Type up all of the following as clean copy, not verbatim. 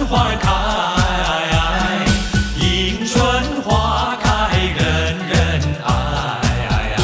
花开，迎春花开人人爱。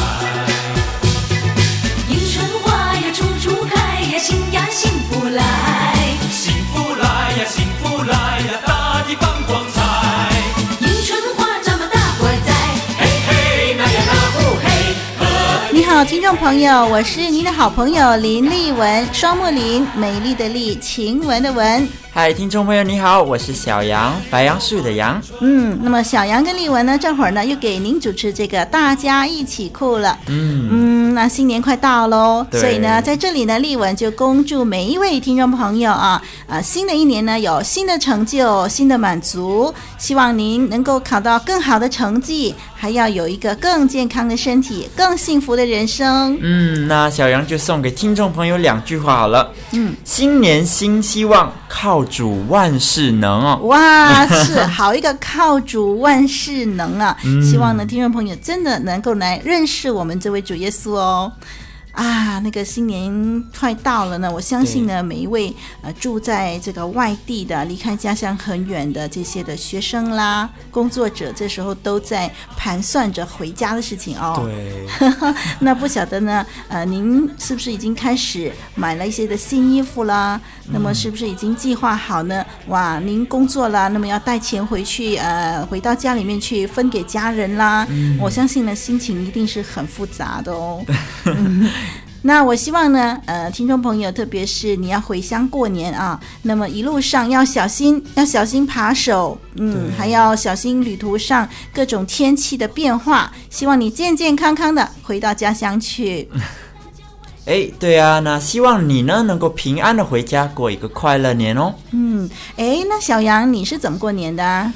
迎春花呀处处开呀，心呀幸福来， 幸福来呀，幸福来呀，大地放光彩。 迎春花这么大活在， 嘿嘿，那呀那不嘿。 你好，听众朋友，我是您的好朋友林丽文，双木林，美丽的丽，晴雯的雯。 嗨，听众朋友你好，我是小杨，白杨树的杨。 那么小杨跟丽文呢，这会儿呢又给您主持这个大家一起酷了。那新年快到喽，所以呢，在这里呢，丽文就恭祝每一位听众朋友新的一年呢有新的成就，新的满足，希望您能够考到更好的成绩，还要有一个更健康的身体，更幸福的人生。 那小杨就送给听众朋友2句话好了。新年新希望，靠主万事能哦。 哇，是好一个靠主万事能啊！希望呢，听众朋友真的能够来认识我们这位主耶稣哦。那个新年快到了呢，我相信呢，每一位住在这个外地的、离开家乡很远的这些的学生啦、工作者，这时候都在盘算着回家的事情哦。 对， 那不晓得呢，您是不是已经开始买了一些的新衣服啦？那么是不是已经计划好呢？哇，您工作了，那么要带钱回去，回到家里面去分给家人啦。我相信呢，心情一定是很复杂的哦。那我希望呢，听众朋友，特别是你要回乡过年啊，那么一路上要小心扒手，还要小心旅途上各种天气的变化。希望你健健康康的回到家乡去。 对啊，那希望你呢能够平安的回家，过一个快乐年哦。 那小杨你是怎么过年的啊？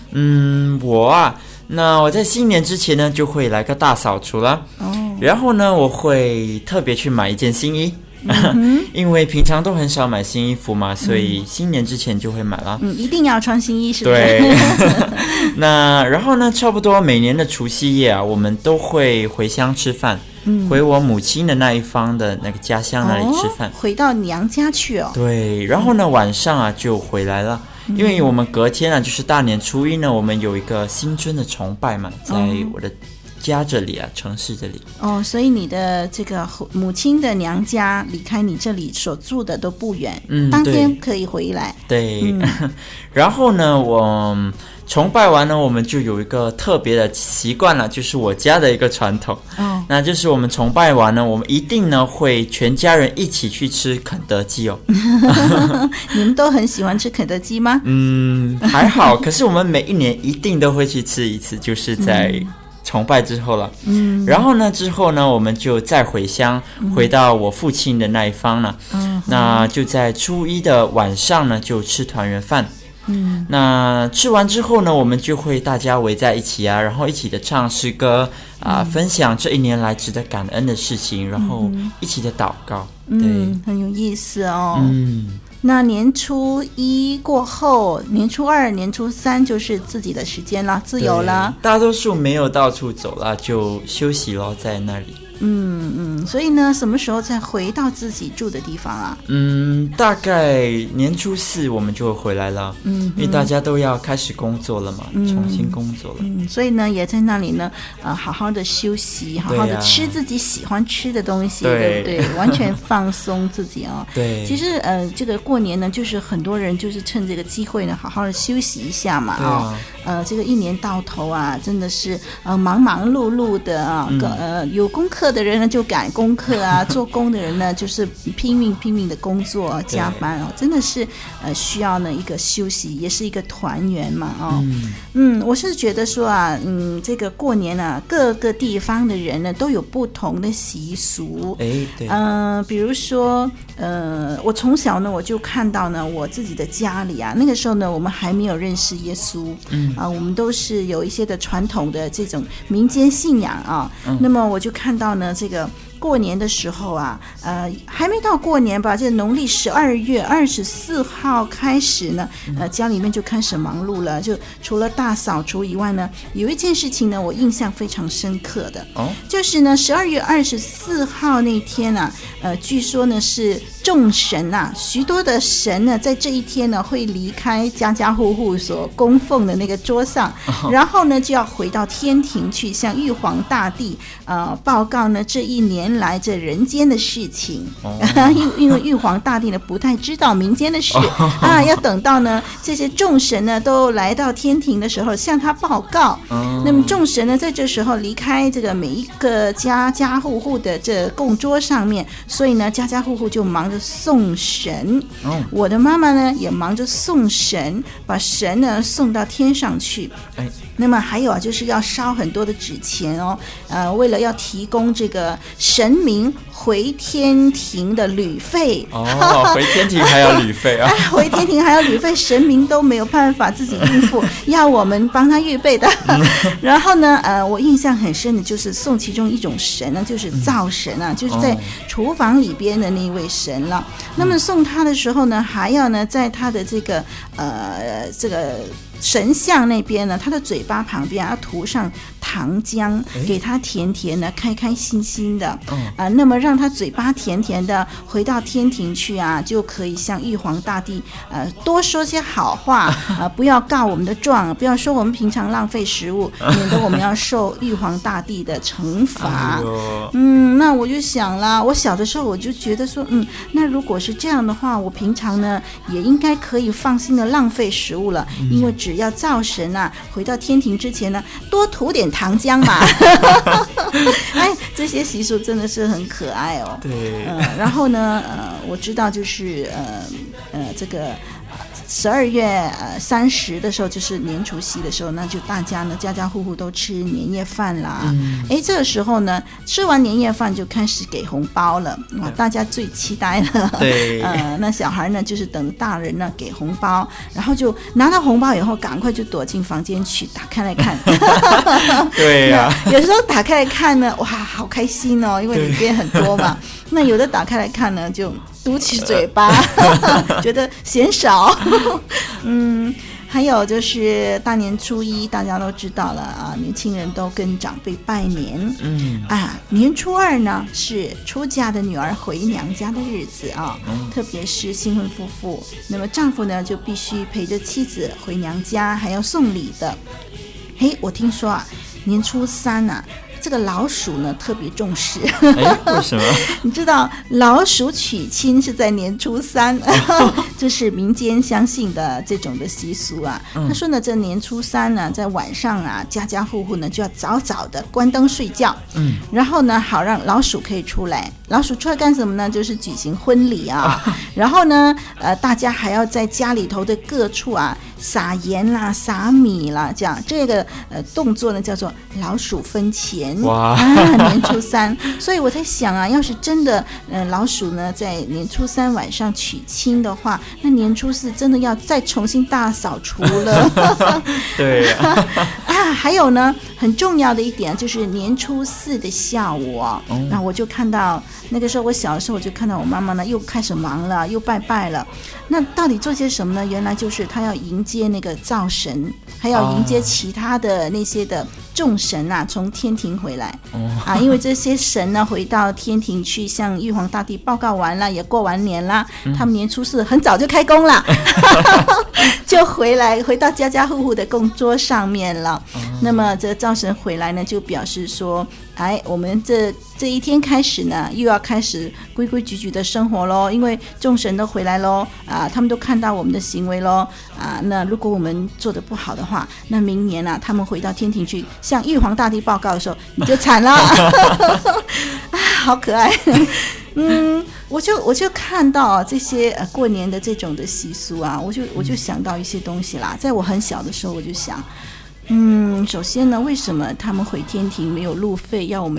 我在新年之前呢就会来个大扫除了。然后呢我会特别去买一件新衣。因为平常都很少买新衣服嘛，所以新年之前就会买了。 一定要穿新衣，是不是？ 对。然后呢，差不多每年的除夕夜我们都会回乡吃饭，回我母亲的那一方的那个家乡那里吃饭， 回到娘家去哦。 对，然后呢晚上就回来了。因为我们隔天就是大年初一呢，我们有一个新春的崇拜嘛，在我的家这里城市这里。 所以你的这个母亲的娘家离开你这里所住的都不远，当天可以回来。 对。然后呢我崇拜完呢，我们就有一个特别的习惯了，就是我家的一个传统。那就是我们崇拜完呢，我们一定呢会全家人一起去吃肯德基哦。 你们都很喜欢吃肯德基吗？ 还好，可是我们每一年一定都会去吃一次，就是在崇拜之后了。然后呢之后呢我们就再回乡，回到我父亲的那一方了。那就在初一的晚上呢就吃团圆饭。那吃完之后呢，我们就会大家围在一起然后一起的唱诗歌分享这一年来值得感恩的事情，然后一起的祷告。对， 很有意思哦。那年初一过后，年初二、年初三就是自己的时间了，自由了。 大多数没有到处走了，就休息咯，在那里。 所以呢，什么时候才回到自己住的地方啊？ 大概年初4我们就会回来了。因为大家都要开始工作了嘛，重新工作了。 所以呢，也在那里呢，好好的休息，好好的吃自己喜欢吃的东西，对不对？完全放松自己啊。 对。 其实这个过年呢，就是很多人就是趁这个机会呢，好好的休息一下嘛。这个一年到头真的是忙忙碌碌的有功课的人呢就赶功课做工的人呢就是拼命的工作加班真的是需要呢一个休息，也是一个团圆嘛我是觉得说这个过年各个地方的人呢都有不同的习俗。 对。 比如说我从小呢我就看到呢我自己的家里那个时候呢我们还没有认识耶稣。我们都是有一些的传统的这种民间信仰那么我就看到呢这个过年的时候啊，还没到过年吧，这农历12月24号开始呢，家里面就开始忙碌了。就除了大扫除以外呢，有一件事情呢，我印象非常深刻的，就是呢12月24号那天啊，据说呢是众神啊，许多的神呢，在这一天呢会离开家家户户所供奉的那个桌上，然后呢就要回到天庭去向玉皇大帝报告呢这一年来这人间的事情。因为玉皇大帝呢不太知道民间的事要等到呢这些众神呢都来到天庭的时候向他报告。那么众神呢在这时候离开这个每一个家家户户的这供桌上面，所以呢家家户户就忙着送神。我的妈妈呢也忙着送神，把神呢送到天上去。那么还有啊，就是要烧很多的纸钱哦，为了要提供这个神明回天庭的旅费。 回天庭还要旅费啊！ 回天庭还要旅费，神明都没有办法自己应付，要我们帮他预备的。然后呢，我印象很深的就是送其中一种神呢，就是灶神啊，就是在厨房里边的那一位神了。那么送他的时候呢，还要呢在他的这个神像那边呢，他的嘴巴旁边要涂上糖浆，给他甜甜的，开开心心的。那么让他嘴巴甜甜的，回到天庭去啊，就可以向玉皇大帝多说些好话不要告我们的状，不要说我们平常浪费食物，免得我们要受玉皇大帝的惩罚。那我就想啦，我小的时候我就觉得说，那如果是这样的话，我平常呢也应该可以放心的浪费食物了，因为只要灶神啊回到天庭之前呢，多涂点糖浆嘛。这些习俗真的是很可爱哦。 对。 然后呢，我知道就是这个12月30的时候，就是年除夕的时候，那就大家呢家家户户都吃年夜饭啦。这个时候呢，吃完年夜饭就开始给红包了，哇，大家最期待了。 对。 那小孩呢，就是等大人呢给红包，然后就拿到红包以后，赶快就躲进房间去打开来看。 对呀。 有时候打开来看呢，哇，好开心哦，因为里边很多嘛。那有的打开来看呢，就嘟起嘴巴，觉得嫌少。还有就是大年初一，大家都知道了啊，年轻人都跟长辈拜年。年初二呢是出嫁的女儿回娘家的日子啊，特别是新婚夫妇，那么丈夫呢就必须陪着妻子回娘家，还要送礼的。我听说啊，年初三啊，这个老鼠呢特别重视。 为什么？ 你知道老鼠娶亲是在年初三，这是民间相信的这种的习俗啊。他说呢，这年初三呢，在晚上啊，家家户户呢就要早早的关灯睡觉，然后呢，好让老鼠可以出来。老鼠出来干什么呢？就是举行婚礼啊。然后呢，大家还要在家里头的各处啊撒盐啦、撒米啦，这样这个动作呢叫做老鼠分钱。 哇！ 年初三，所以我在想啊，要是真的老鼠呢在年初三晚上娶亲的话，那年初四真的要再重新大扫除了。 对呀。 还有呢，很重要的一点就是年初四的下午那我就看到那个时候我小的时候，我就看到我妈妈呢又开始忙了，又拜拜了。那到底做些什么呢？原来就是她要迎接那个灶神，还要迎接其他的那些的众神啊，从天庭回来。因为这些神呢回到天庭去向玉皇大帝报告完了，也过完年啦，他们年初四很早就开工了，就回到家家户户的供桌上面了。那么这灶神回来呢，就表示说，我们这一天开始呢，又要开始规规矩矩的生活咯，因为众神都回来咯，他们都看到我们的行为咯，那如果我们做得不好的话，那明年他们回到天庭去向玉皇大帝报告的时候，你就惨了。好可爱。我就看到这些过年的这种的习俗啊，我就想到一些东西啦。在我很小的时候，我就想，首先呢，为什么他们回天庭没有路费，要我们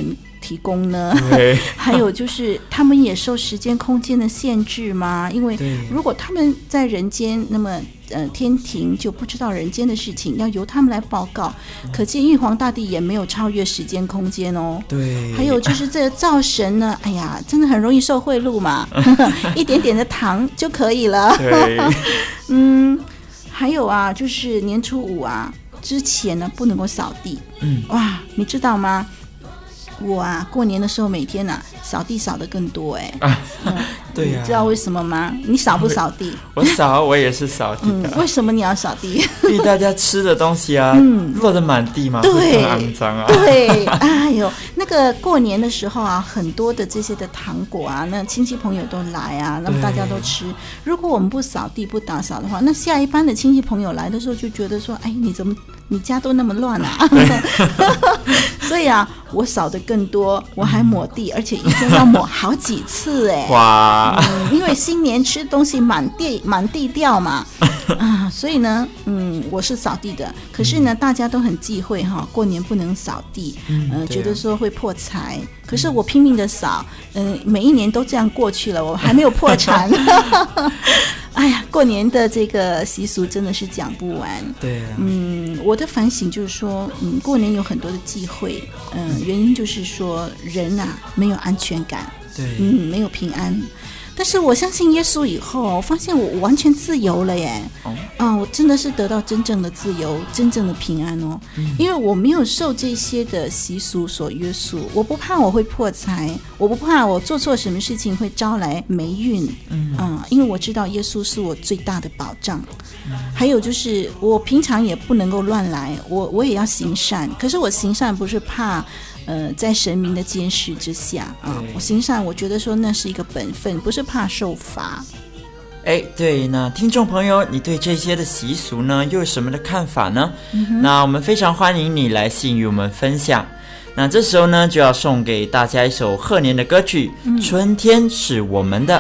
提供呢？ 对还有就是他们也受时间空间的限制吗？因为对如果他们在人间，那么天庭就不知道人间的事情，要由他们来报告。可见玉皇大帝也没有超越时间空间哦。 对， 还有就是这个灶神呢，哎呀，真的很容易受贿赂嘛，一点点的糖就可以了。 对， 还有啊，就是年初五啊之前呢，不能够扫地。哇，你知道吗？我啊，过年的时候每天啊扫地扫得更多对呀、 你知道为什么吗？你扫不扫地？ 我扫，我也是扫地的。 为什么你要扫地？ 因为大家吃的东西啊，落得满地嘛， 对会更肮脏啊。 对，哎呦，那个过年的时候啊，很多的这些的糖果啊，那亲戚朋友都来啊，那么大家都吃。如果我们不扫地不打扫的话，那下一班的亲戚朋友来的时候就觉得说，哎，你怎么你家都那么乱啊？所以啊，我扫的更多，我还抹地，而且一天要抹好几次哎。 哇， 因为新年吃东西满地掉嘛，所以呢，我是扫地的。可是呢，大家都很忌讳哈，过年不能扫地，觉得说会破财。可是我拼命的扫，每一年都这样过去了，我还没有破产。哎呀，过年的这个习俗真的是讲不完。 对啊， 我的反省就是说，过年有很多的忌讳，原因就是说人啊没有安全感， 对， 没有平安。但是我相信耶稣以后，我发现我完全自由了耶！我真的是得到真正的自由，真正的平安哦。因为我没有受这些的习俗所约束，我不怕我会破财，我不怕我做错什么事情会招来霉运。因为我知道耶稣是我最大的保障。还有就是我平常也不能够乱来，我也要行善。可是我行善不是怕在神明的监视之下我行善，我觉得说那是一个本分，不是怕受罚。 对，那听众朋友，你对这些的习俗呢，又有什么的看法呢？那我们非常欢迎你来信与我们分享。那这时候呢，就要送给大家一首贺年的歌曲，春天是我们的。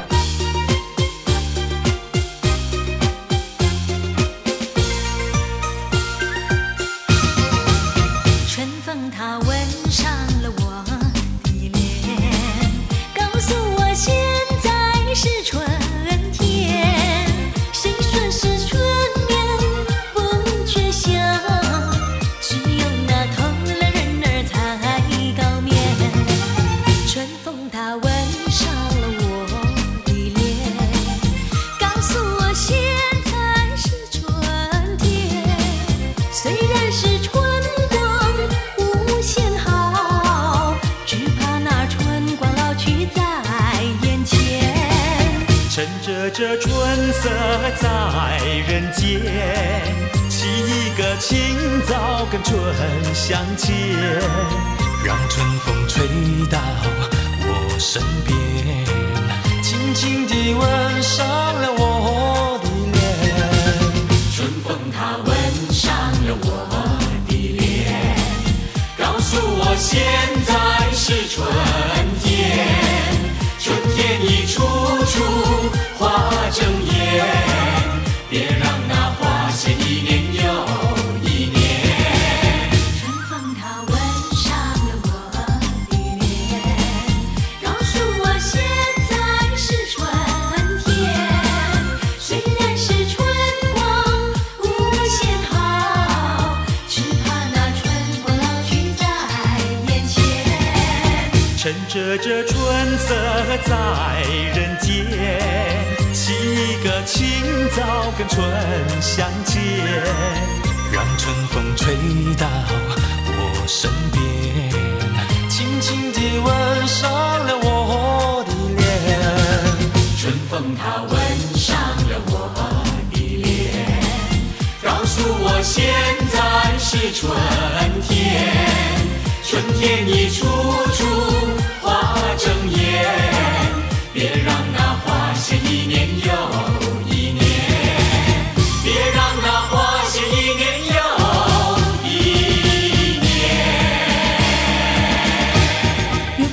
春风它吻上了我的脸，告诉我现在是春天。谁说是春眠不觉晓？只有那偷了人儿才高眠。春风它吻上了我的脸，告诉我现在是春天。虽然是春无限好，只怕那春光老去在眼前。 趁着这春色在人间，沏一个清早跟春相见，让春风吹到我身边，轻轻地吻上了我的脸。春风它吻上了我的脸，告诉我现在是春天。春天一处处花争艳，别让那花谢一年又一年。 春风它吻上了我的脸，告诉我现在是春天。虽然是春光无限好，只怕那春光老去在眼前。 趁着这春色在人间，沏一个清早跟春相见，让春风吹到我身边，轻轻地吻上了我的脸。春风它吻上了我的脸，告诉我现在是春天。春天一处处花争艳，别让那花谢一年又一年，别让那花谢一年又一年。 有关于过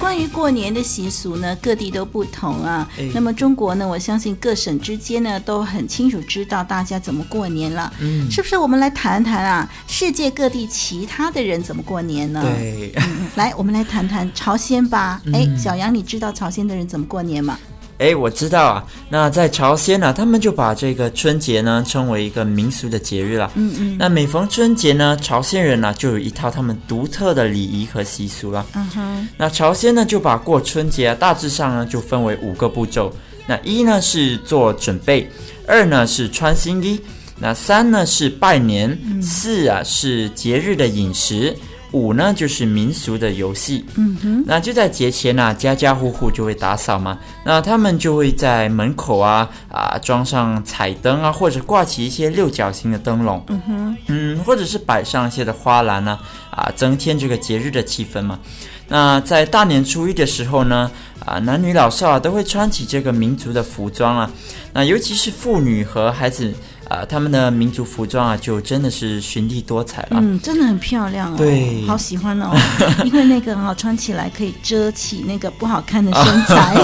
过年的习俗呢，各地都不同啊。那么中国呢，我相信各省之间呢都很清楚知道大家怎么过年了。是不是？我们来谈谈啊，世界各地其他的人怎么过年呢？ 对， 来，我们来谈谈朝鲜吧。小杨，你知道朝鲜的人怎么过年吗？ 我知道啊。那在朝鲜呢，他们就把这个春节呢称为一个民俗的节日了。那每逢春节呢，朝鲜人呢就有一套他们独特的礼仪和习俗了。那朝鲜呢就把过春节啊，大致上呢就分为5个步骤。那1呢是做准备，2呢是穿新衣，那3呢是拜年，4啊是节日的饮食，5呢就是民俗的游戏。那就在节前啊，家家户户就会打扫嘛，那他们就会在门口装上彩灯啊，或者挂起一些6角形的灯笼，或者是摆上一些的花篮增添这个节日的气氛嘛。那在大年初1的时候呢，男女老少都会穿起这个民族的服装那尤其是妇女和孩子他们的民族服装就真的是绚丽多彩了。 真的很漂亮对， 好喜欢因为那个穿起来可以遮起那个不好看的身材。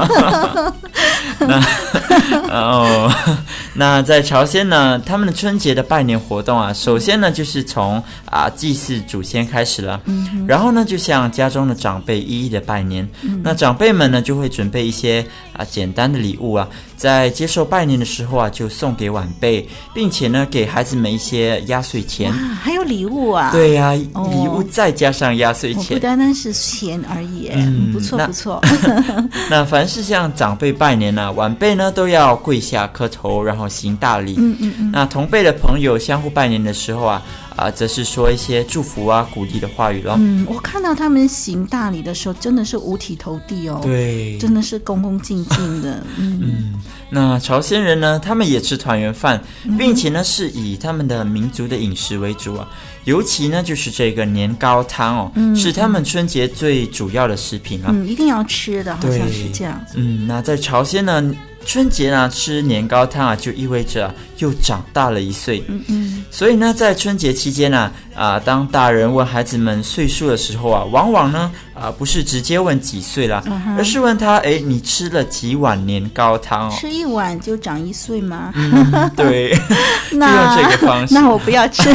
那在朝鲜呢，他们的春节的拜年活动首先呢就是从祭祀祖先开始了，然后呢就向家中的长辈一一的拜年。那长辈们呢就会准备一些简单的礼物在接受拜年的时候就送给晚辈，并且呢给孩子们一些压岁钱。 还有礼物对呀，礼物再加上压岁钱， 不单单是钱而已。不错不错。 那凡是向长辈拜年晚辈呢都要跪下磕头，然后行大礼。那同辈的朋友相互拜年的时候则是说一些祝福鼓励的话语咯。 我看到他们行大礼的时候真的是五体投地对， 真的是恭恭敬敬的。 那朝鲜人呢，他们也吃团圆饭，并且呢是以他们的民族的饮食为主尤其呢就是这个年糕汤是他们春节最主要的食品一定要吃的，好像是这样。 那在朝鲜呢，春节呢吃年糕汤就意味着又长大了1岁。所以呢在春节期间当大人问孩子们岁数的时候往往呢不是直接问几岁啦，而是问他你吃了几碗年糕汤吃1碗就长1岁吗？ 对。就用这个方式。 那我不要吃。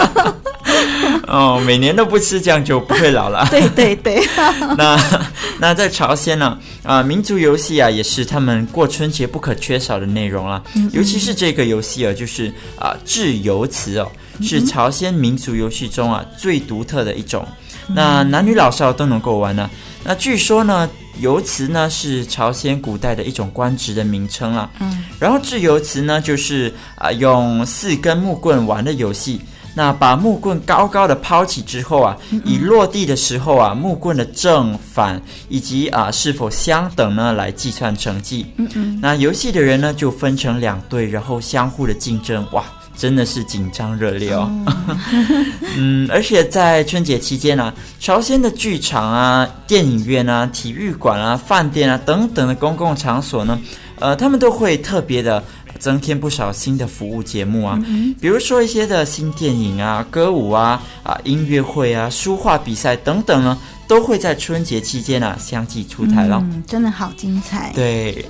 每年都不吃，这样就不会老了。 对对对。 那在朝鲜呢民族游戏也是他们过春节不可缺少的内容了。尤其是这个游戏就是掷游词是朝鲜民族游戏中最独特的一种。那男女老少都能够玩那据说呢，游词呢是朝鲜古代的一种官职的名称了。然后掷游词呢就是用4根木棍玩的游戏。那把木棍高高的抛起之后以落地的时候木棍的正反以及是否相等呢来计算成绩。那游戏的人呢就分成2队，然后相互的竞争。真的是紧张热烈而且在春节期间朝鲜的剧场电影院体育馆饭店等等的公共场所呢他们都会特别的增添不少新的服务节目比如说一些的新电影歌舞音乐会书画比赛等等呢，都会在春节期间相继出台了。 真的好精彩。 对。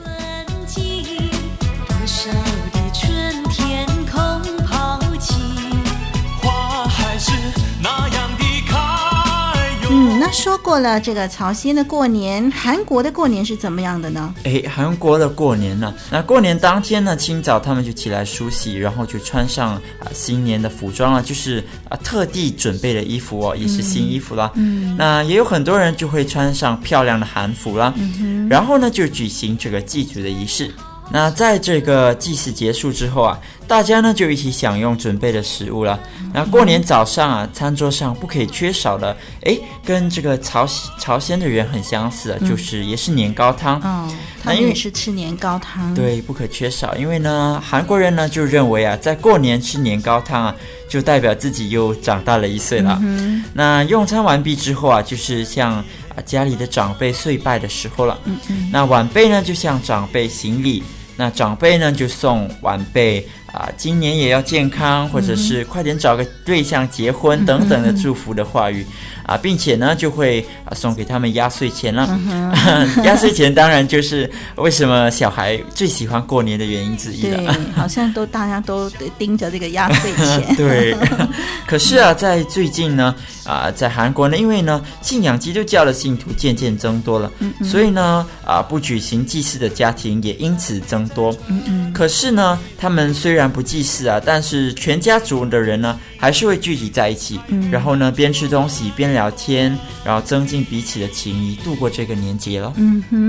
那说过了这个朝鲜的过年，韩国的过年是怎么样的呢？ 韩国的过年呢，那过年当天呢，清早他们就起来梳洗，然后就穿上新年的服装就是特地准备的衣服也是新衣服啦。那也有很多人就会穿上漂亮的韩服啦，然后呢就举行这个祭祖的仪式。那在这个祭祀结束之后大家呢就一起享用准备的食物了。那过年早上餐桌上不可以缺少的跟这个朝鲜的人很相似就是也是年糕汤。 他们也是吃年糕汤。 对，不可缺少。因为呢韩国人呢就认为在过年吃年糕汤就代表自己又长大了1岁了。那用餐完毕之后就是向家里的长辈岁拜的时候了。那晚辈呢就向长辈行礼，那长辈呢就送晚辈今年也要健康，或者是快点找个对象结婚等等的祝福的话语并且呢就会送给他们压岁钱了。压岁钱当然就是为什么小孩最喜欢过年的原因之一了。 对，好像大家都盯着这个压岁钱。 对，可是在最近呢在韩国呢，因为呢信仰基督教的信徒渐渐增多了，所以呢不举行祭祀的家庭也因此增多。可是呢他们虽然不祭祀但是全家族的人呢还是会聚集在一起，然后呢边吃东西边聊天，然后增进彼此的情谊，度过这个年节了。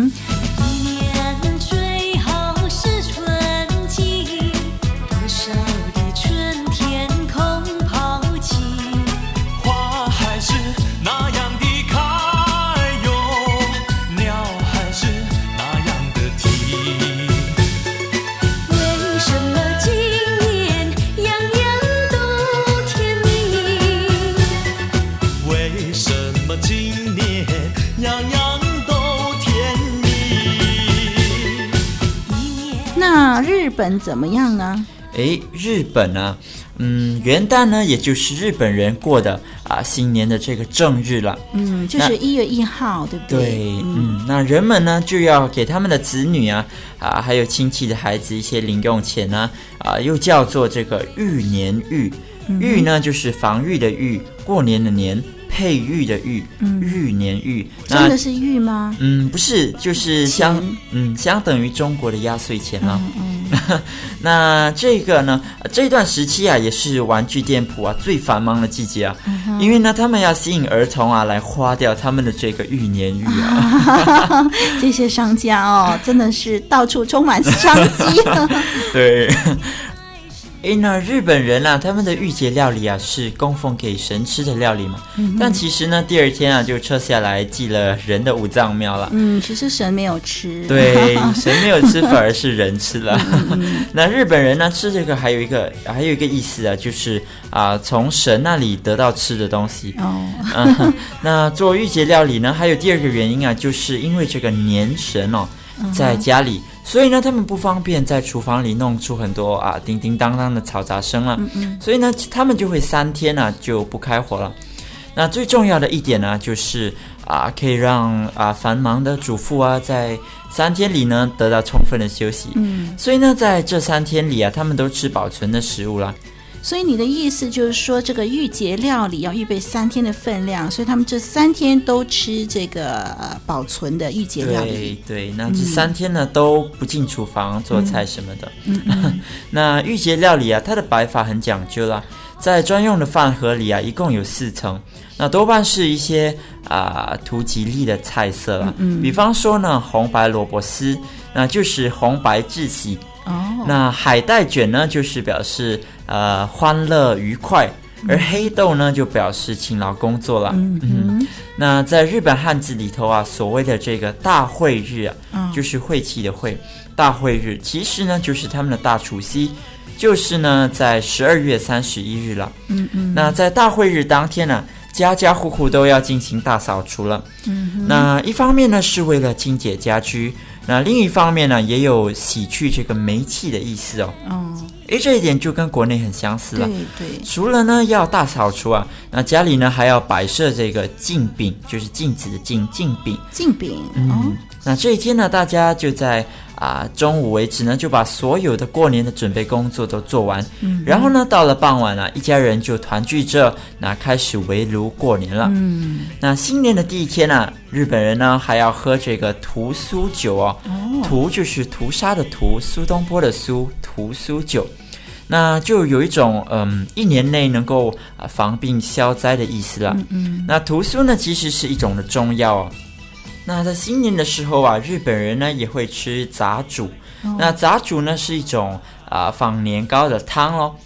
那日本怎么样呢？ 日本元旦呢也就是日本人过的新年的这个正日了， 就是1月1号，对不对？ 对，那人们呢就要给他们的子女还有亲戚的孩子一些零用钱呢又叫做这个御年玉。玉呢就是防御的御，过年的年，佩玉的玉，御年玉。 真的是玉吗？ 不是，就是相等于中国的压岁钱了。那这个呢，这段时期也是玩具店铺最繁忙的季节因为呢他们要吸引儿童来花掉他们的这个御年玉这些商家真的是到处充满商机。 对。那日本人他们的御节料理是供奉给神吃的料理嘛，但其实呢第二天就撤下来祭了人的五脏庙了。 其实神没有吃。 对，神没有吃反而是人吃了。那日本人呢吃这个还有一个意思就是从神那里得到吃的东西。那做御节料理呢还有第二个原因就是因为这个年神在家里，所以呢他们不方便在厨房里弄出很多叮叮当当的嘈杂声了，所以呢他们就会3天就不开火了。那最重要的一点呢就是可以让繁忙的主妇在3天里呢得到充分的休息。所以呢在这3天里他们都吃保存的食物了。 所以你的意思就是说，这个御节料理要预备3天的分量，所以他们这3天都吃这个保存的御节料理。 对，那这3天呢都不进厨房做菜什么的。那御节料理它的摆法很讲究啦，在专用的饭盒里一共有4层，那多半是一些图吉利的菜色啦。比方说呢红白萝卜丝，那就是红白志喜。那海带卷呢就是表示欢乐愉快，而黑豆呢就表示勤劳工作了。那在日本汉字里头所谓的这个大晦日就是晦气的晦，大晦日其实呢就是他们的大除夕，就是呢在12月31日了。那在大晦日当天呢家家户户都要进行大扫除了。那一方面呢是为了清洁家居，那另一方面呢也有洗去这个霉气的意思这一点就跟国内很相似了。 对， 除了呢要大扫除那家里呢还要摆设这个镜饼，就是镜子的镜饼。那这一天呢大家就在中午为止呢就把所有的过年的准备工作都做完。然后呢到了傍晚一家人就团聚着，那开始围炉过年了。那新年的第一天日本人呢还要喝这个屠苏酒屠就是屠杀的屠，苏东坡的苏，屠苏酒。那就有一种1年内能够防病消灾的意思了。那屠苏呢其实是一种的中药那在新年的时候日本人呢也会吃杂煮。那杂煮呢是一种放年糕的汤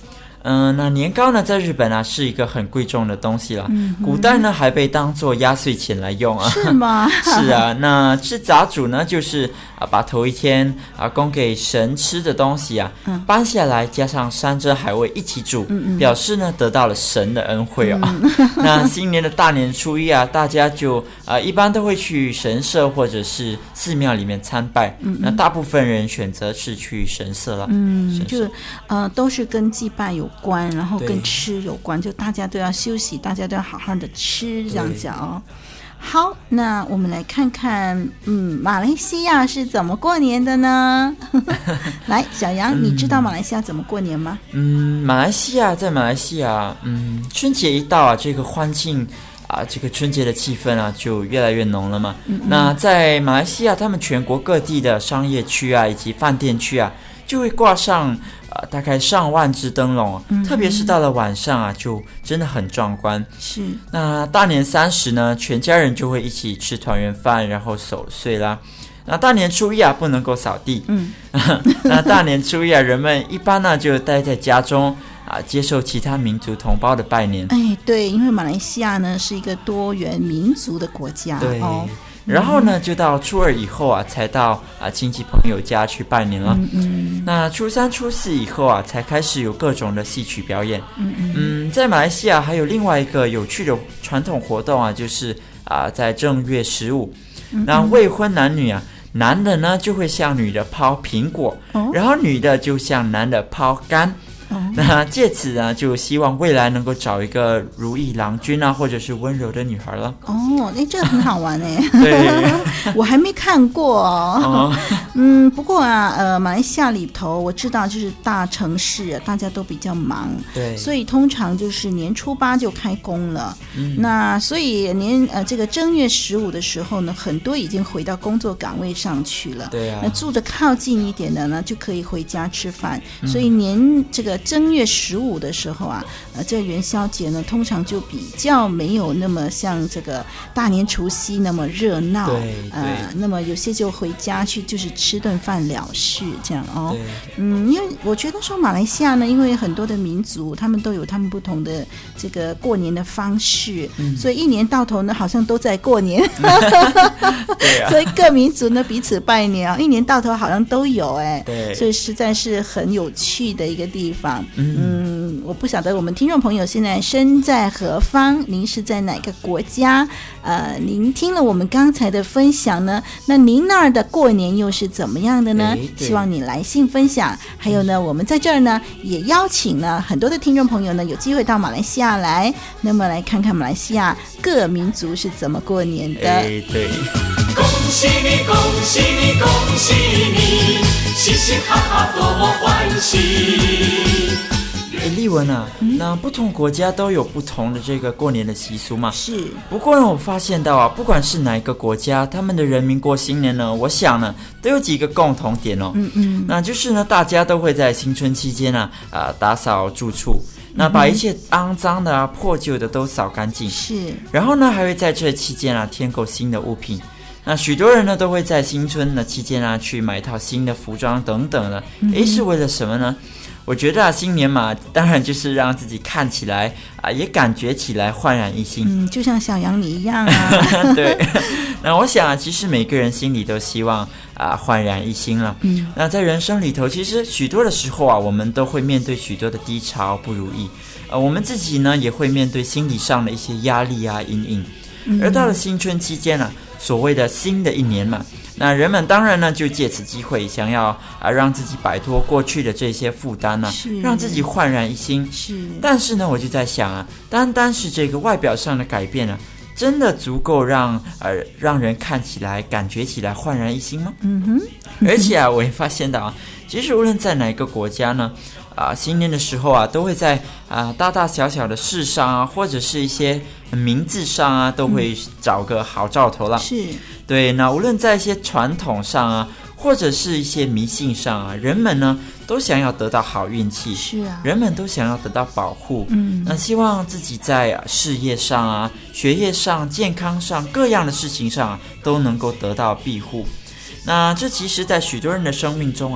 那年糕呢，在日本啊是一个很贵重的东西啦。古代呢还被当作压岁钱来用啊。 是吗？ 是啊，那吃杂煮呢，就是把头一天供给神吃的东西啊，搬下来，加上山珍海味一起煮，表示呢得到了神的恩惠哦。那新年的大年初一啊，大家就一般都会去神社或者是寺庙里面参拜。那大部分人选择是去神社了。 就都是跟祭拜有关，然后跟吃有关，就大家都要休息，大家都要好好的吃，这样讲哦。好，那我们来看看，马来西亚是怎么过年的呢？来，小杨，你知道马来西亚怎么过年吗？ 在马来西亚，春节一到啊，这个欢庆这个春节的气氛啊，就越来越浓了嘛。那在马来西亚，他们全国各地的商业区啊，以及饭店区啊，就会挂上大概上万只灯笼，特别是到了晚上啊，就真的很壮观。 是。那大年30呢，全家人就会一起吃团圆饭，然后守岁啦。那大年初一啊，不能够扫地。那大年初一啊，人们一般呢就待在家中接受其他民族同胞的拜年。 对，因为马来西亚呢是一个多元民族的国家。 对。然后呢，就到初2以后啊，才到亲戚朋友家去拜年了。那初3、初4以后啊，才开始有各种的戏曲表演。在马来西亚还有另外一个有趣的传统活动啊，就是在正月15，那未婚男女啊，男的呢就会向女的抛苹果，然后女的就向男的抛柑。那借此呢，就希望未来能够找一个如意郎君啊，或者是温柔的女孩了。 这个很好玩哎。 对， 我还没看过。不过马来西亚里头我知道，就是大城市大家都比较忙， 对， 所以通常就是年初8就开工了。那所以这个正月15的时候呢，很多已经回到工作岗位上去了。 对啊。 那住得靠近一点的呢，就可以回家吃饭。所以这个正月15的时候这元宵节呢，通常就比较没有那么像这个大年除夕那么热闹。 对。 那么有些就回家去，就是吃顿饭了事这样哦。因为我觉得说马来西亚呢，因为很多的民族他们都有他们不同的这个过年的方式，所以一年到头呢好像都在过年。对所以各民族呢彼此拜年一年到头好像都有对， 所以实在是很有趣的一个地方。我不晓得我们听众朋友现在身在何方，您是在哪个国家？您听了我们刚才的分享呢，那您那儿的过年又是怎么样的呢？希望你来信分享。还有呢，我们在这儿呢也邀请了很多的听众朋友呢有机会到马来西亚来，那么来看看马来西亚各民族是怎么过年的。 对。 恭喜你，恭喜你，恭喜你，嘻嘻哈哈多么欢喜。 丽文啊，那不同国家都有不同的这个过年的习俗嘛。 是。 不过呢，我发现到不管是哪一个国家，他们的人民过新年呢，我想呢，都有几个共同点哦。那就是呢，大家都会在新春期间打扫住处，那把一切肮脏的破旧的都扫干净。 是。 然后呢，还会在这期间添购新的物品。那许多人呢都会在新春的期间去买一套新的服装等等的。是为了什么呢？我觉得新年嘛，当然就是让自己看起来也感觉起来焕然一新。 就像小杨你一样对。那我想其实每个人心里都希望焕然一新了。那在人生里头，其实许多的时候我们都会面对许多的低潮不如意。我们自己呢也会面对心理上的一些压力阴影。而到了新春期间所谓的新的一年嘛，那人们当然呢就借此机会想要让自己摆脱过去的这些负担让自己焕然一新。 是。但是呢，我就在想单单是这个外表上的改变真的足够让人看起来感觉起来焕然一新吗？而且我也发现到其实无论在哪个国家呢新年的时候都会在大大小小的事上或者是一些名字上都会找个好兆头了。 是。 对。那无论在一些传统上或者是一些迷信上人们呢都想要得到好运气。 是人们都想要得到保护。那希望自己在事业上学业上、健康上各样的事情上都能够得到庇护。那这其实在许多人的生命中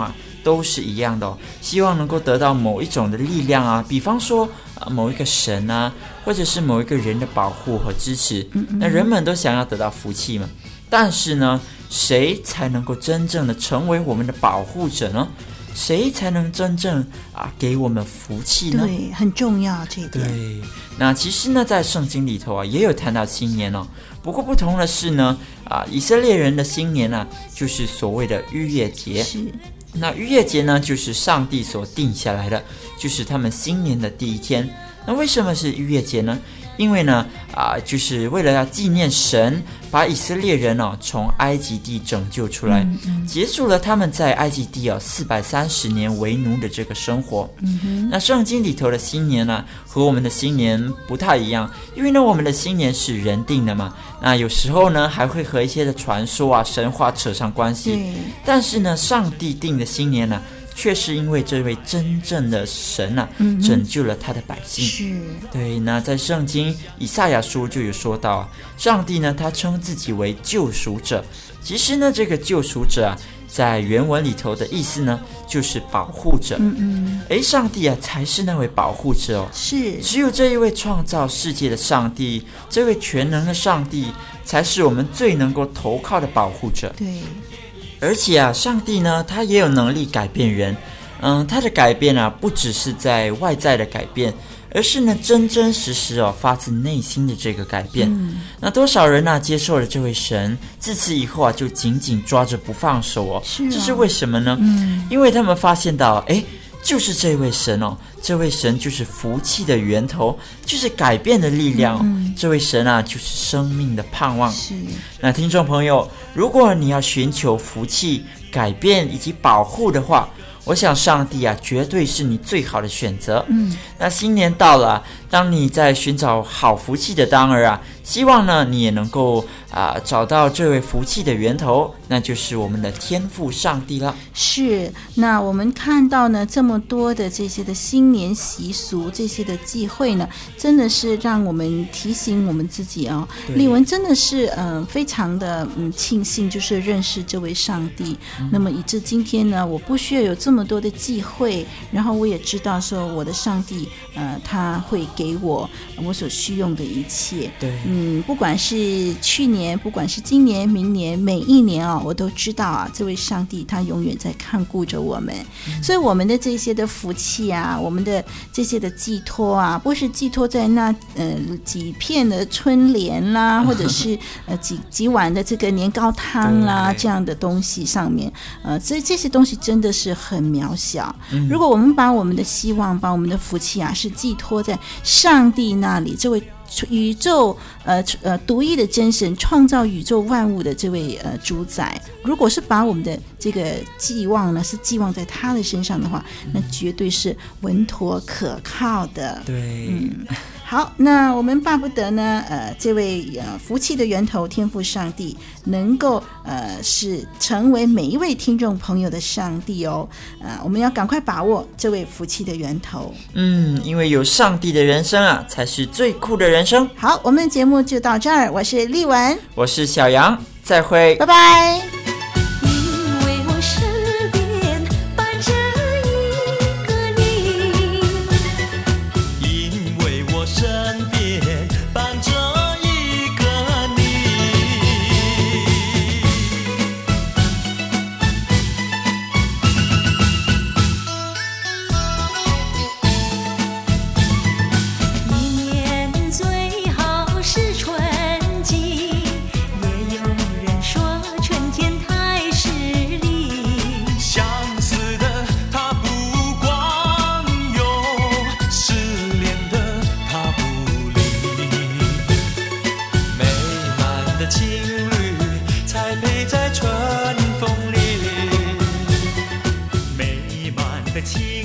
都是一样的哦，希望能够得到某一种的力量啊，比方说某一个神啊，或者是某一个人的保护和支持。那人们都想要得到福气嘛，但是呢，谁才能够真正的成为我们的保护者呢？谁才能真正给我们福气呢？ 对，很重要这一点。 对，那其实呢，在圣经里头也有谈到新年哦。不过不同的是呢，以色列人的新年就是所谓的逾越节。 是。 那逾越节呢，就是上帝所定下来的，就是他们新年的第一天。那为什么是逾越节呢？因为呢，就是为了要纪念神把以色列人从埃及地拯救出来，结束了他们在埃及地430年为奴的这个生活。那圣经里头的新年呢，和我们的新年不太一样，因为呢，我们的新年是人定的嘛，那有时候呢，还会和一些的传说神话扯上关系。但是呢，上帝定的新年呢，却是因为这位真正的神拯救了他的百姓。 是。 对，那在圣经以赛亚书就有说到上帝呢，他称自己为救赎者。其实呢，这个救赎者在原文里头的意思呢，就是保护者。上帝才是那位保护者哦。 是。 只有这一位创造世界的上帝，这位全能的上帝，才是我们最能够投靠的保护者。 对。 而且上帝呢，他也有能力改变人。他的改变不只是在外在的改变，而是呢真真实实发自内心的这个改变。那多少人接受了这位神，自此以后就紧紧抓着不放手这是为什么呢？因为他们发现到就是这位神这位神就是福气的源头，就是改变的力量这位神就是生命的盼望。 是。 那听众朋友，如果你要寻求福气、改变以及保护的话，我想上帝绝对是你最好的选择。那新年到了，当你在寻找好福气的当儿希望呢你也能够找到这位福气的源头，那就是我们的天父上帝了。 是。那我们看到呢这么多的这些的新年习俗，这些的忌讳呢，真的是让我们提醒我们自己丽文真的是非常的庆幸，就是认识这位上帝。那么以致今天呢，我不需要有这么多的忌讳，然后我也知道说我的上帝他会给我所需用的一切。 对。 不管是去年，不管是今年、明年，每一年我都知道这位上帝他永远在看顾着我们。所以我们的这些的福气我们的这些的寄托不是寄托在那几片的春联啦，或者是几碗的这个年糕汤啦这样的东西上面。这些东西真的是很渺小。如果我们把我们的希望，把我们的福气是寄托在上帝那里，这位宇宙独一的真神，创造宇宙万物的这位主宰，如果是把我们的这个寄望呢是寄望在他的身上的话，那绝对是稳妥可靠的。 对。 好，那我们巴不得呢这位福气的源头天父上帝能够是成为每一位听众朋友的上帝我们要赶快把握这位福气的源头。 因为有上帝的人生才是最酷的人生。 好，我们的节目就到这儿，我是丽文， 我是小杨，再会， 拜拜。 情